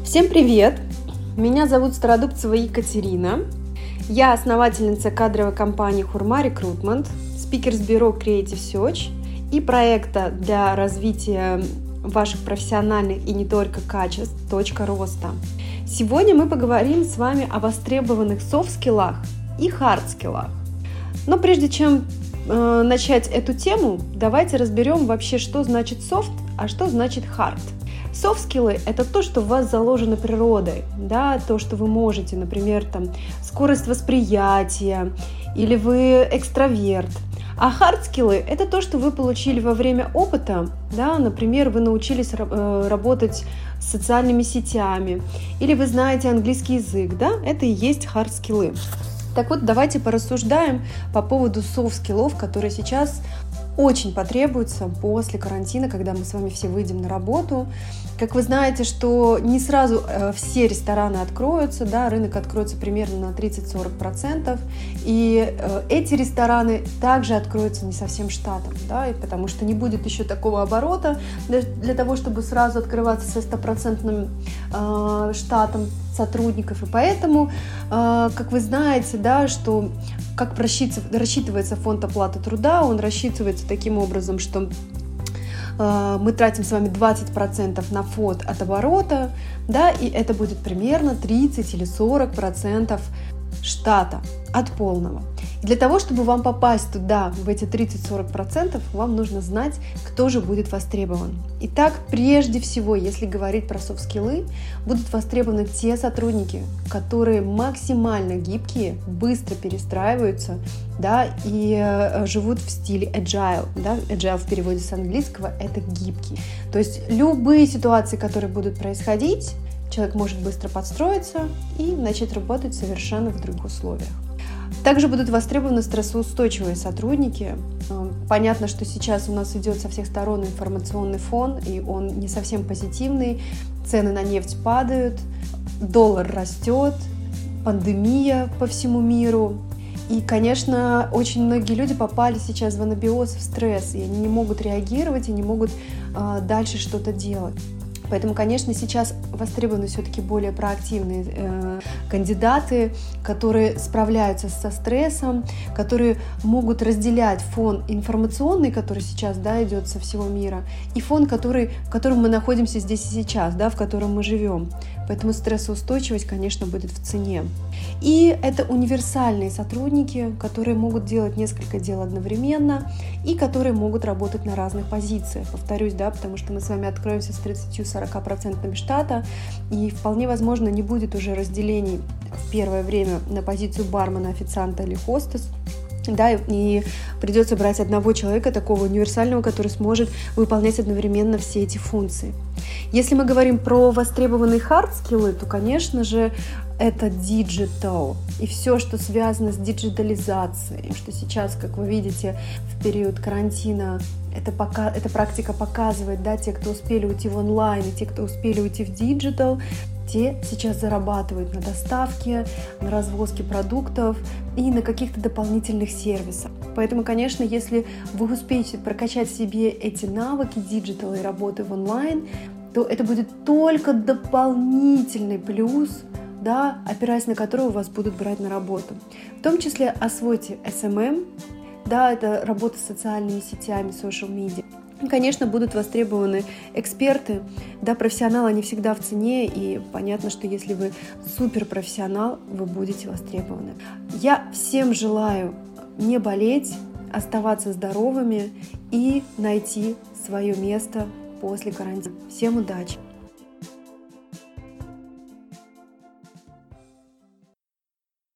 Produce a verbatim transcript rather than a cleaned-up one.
Всем привет! Меня зовут Стародубцева Екатерина. Я основательница кадровой компании Хурма Recruitment, спикер с бюро Creative Search и проекта для развития ваших профессиональных и не только качеств «Точка роста». Сегодня мы поговорим с вами о востребованных софт-скиллах и хард-скиллах. Но прежде чем э, начать эту тему, давайте разберем вообще, что значит soft, а что значит hard. Софт-скиллы – это то, что в вас заложено природой, да, то, что вы можете, например, там, скорость восприятия, или вы экстраверт. А хард-скиллы – это то, что вы получили во время опыта, да, например, вы научились э, работать с социальными сетями, или вы знаете английский язык, да, это и есть хард-скиллы. Так вот, давайте порассуждаем по поводу софт-скиллов, которые сейчас очень потребуются после карантина, когда мы с вами все выйдем на работу. Как вы знаете, что не сразу все рестораны откроются, да, рынок откроется примерно на тридцать-сорок процентов, и эти рестораны также откроются не со всем штатом, да, потому что не будет еще такого оборота для, для того, чтобы сразу открываться со стопроцентным э, штатом сотрудников, и поэтому, э, как вы знаете, да, что как рассчитывается фонд оплаты труда, он рассчитывается таким образом, что э, мы тратим с вами двадцать процентов на фонд от оборота, да, и это будет примерно тридцать или сорок процентов штата от полного. И для того, чтобы вам попасть туда, в эти тридцать-сорок процентов, вам нужно знать, кто же будет востребован. Итак, прежде всего, если говорить про софт-скиллы, будут востребованы те сотрудники, которые максимально гибкие, быстро перестраиваются, да, и э, живут в стиле agile. Да? Agile в переводе с английского – это гибкий. То есть любые ситуации, которые будут происходить, человек может быстро подстроиться и начать работать совершенно в других условиях. Также будут востребованы стрессоустойчивые сотрудники. Понятно, что сейчас у нас идет со всех сторон информационный фон, и он не совсем позитивный. Цены на нефть падают, доллар растет, пандемия по всему миру. И, конечно, очень многие люди попали сейчас в анабиоз, в стресс, и они не могут реагировать и не могут э, дальше что-то делать. Поэтому, конечно, сейчас востребованы все-таки более проактивные э, кандидаты, которые справляются со стрессом, которые могут разделять фон информационный, который сейчас, да, идет со всего мира, и фон, который, в котором мы находимся здесь и сейчас, да, в котором мы живем. Поэтому стрессоустойчивость, конечно, будет в цене. И это универсальные сотрудники, которые могут делать несколько дел одновременно и которые могут работать на разных позициях. Повторюсь, да, потому что мы с вами откроемся с тридцатью-сорока процентами штата, и вполне возможно не будет уже разделений в первое время на позицию бармена, официанта или хостес. Да, и придется брать одного человека, такого универсального, который сможет выполнять одновременно все эти функции. Если мы говорим про востребованные хард-скиллы, то, конечно же, это диджитал и все, что связано с диджитализацией, что сейчас, как вы видите, в период карантина эта, пока, эта практика показывает, да, те, кто успели уйти в онлайн, и те, кто успели уйти в диджитал, те сейчас зарабатывают на доставке, на развозке продуктов и на каких-то дополнительных сервисах. Поэтому, конечно, если вы успеете прокачать в себе эти навыки диджитала и работы в онлайн, то это будет только дополнительный плюс, да, опираясь на который вас будут брать на работу. В том числе освойте эс эм эм, да, это работа с социальными сетями, social media. Конечно, будут востребованы эксперты, да, профессионалы, они всегда в цене, и понятно, что если вы суперпрофессионал, вы будете востребованы. Я всем желаю не болеть, оставаться здоровыми и найти свое место после карантина. Всем удачи!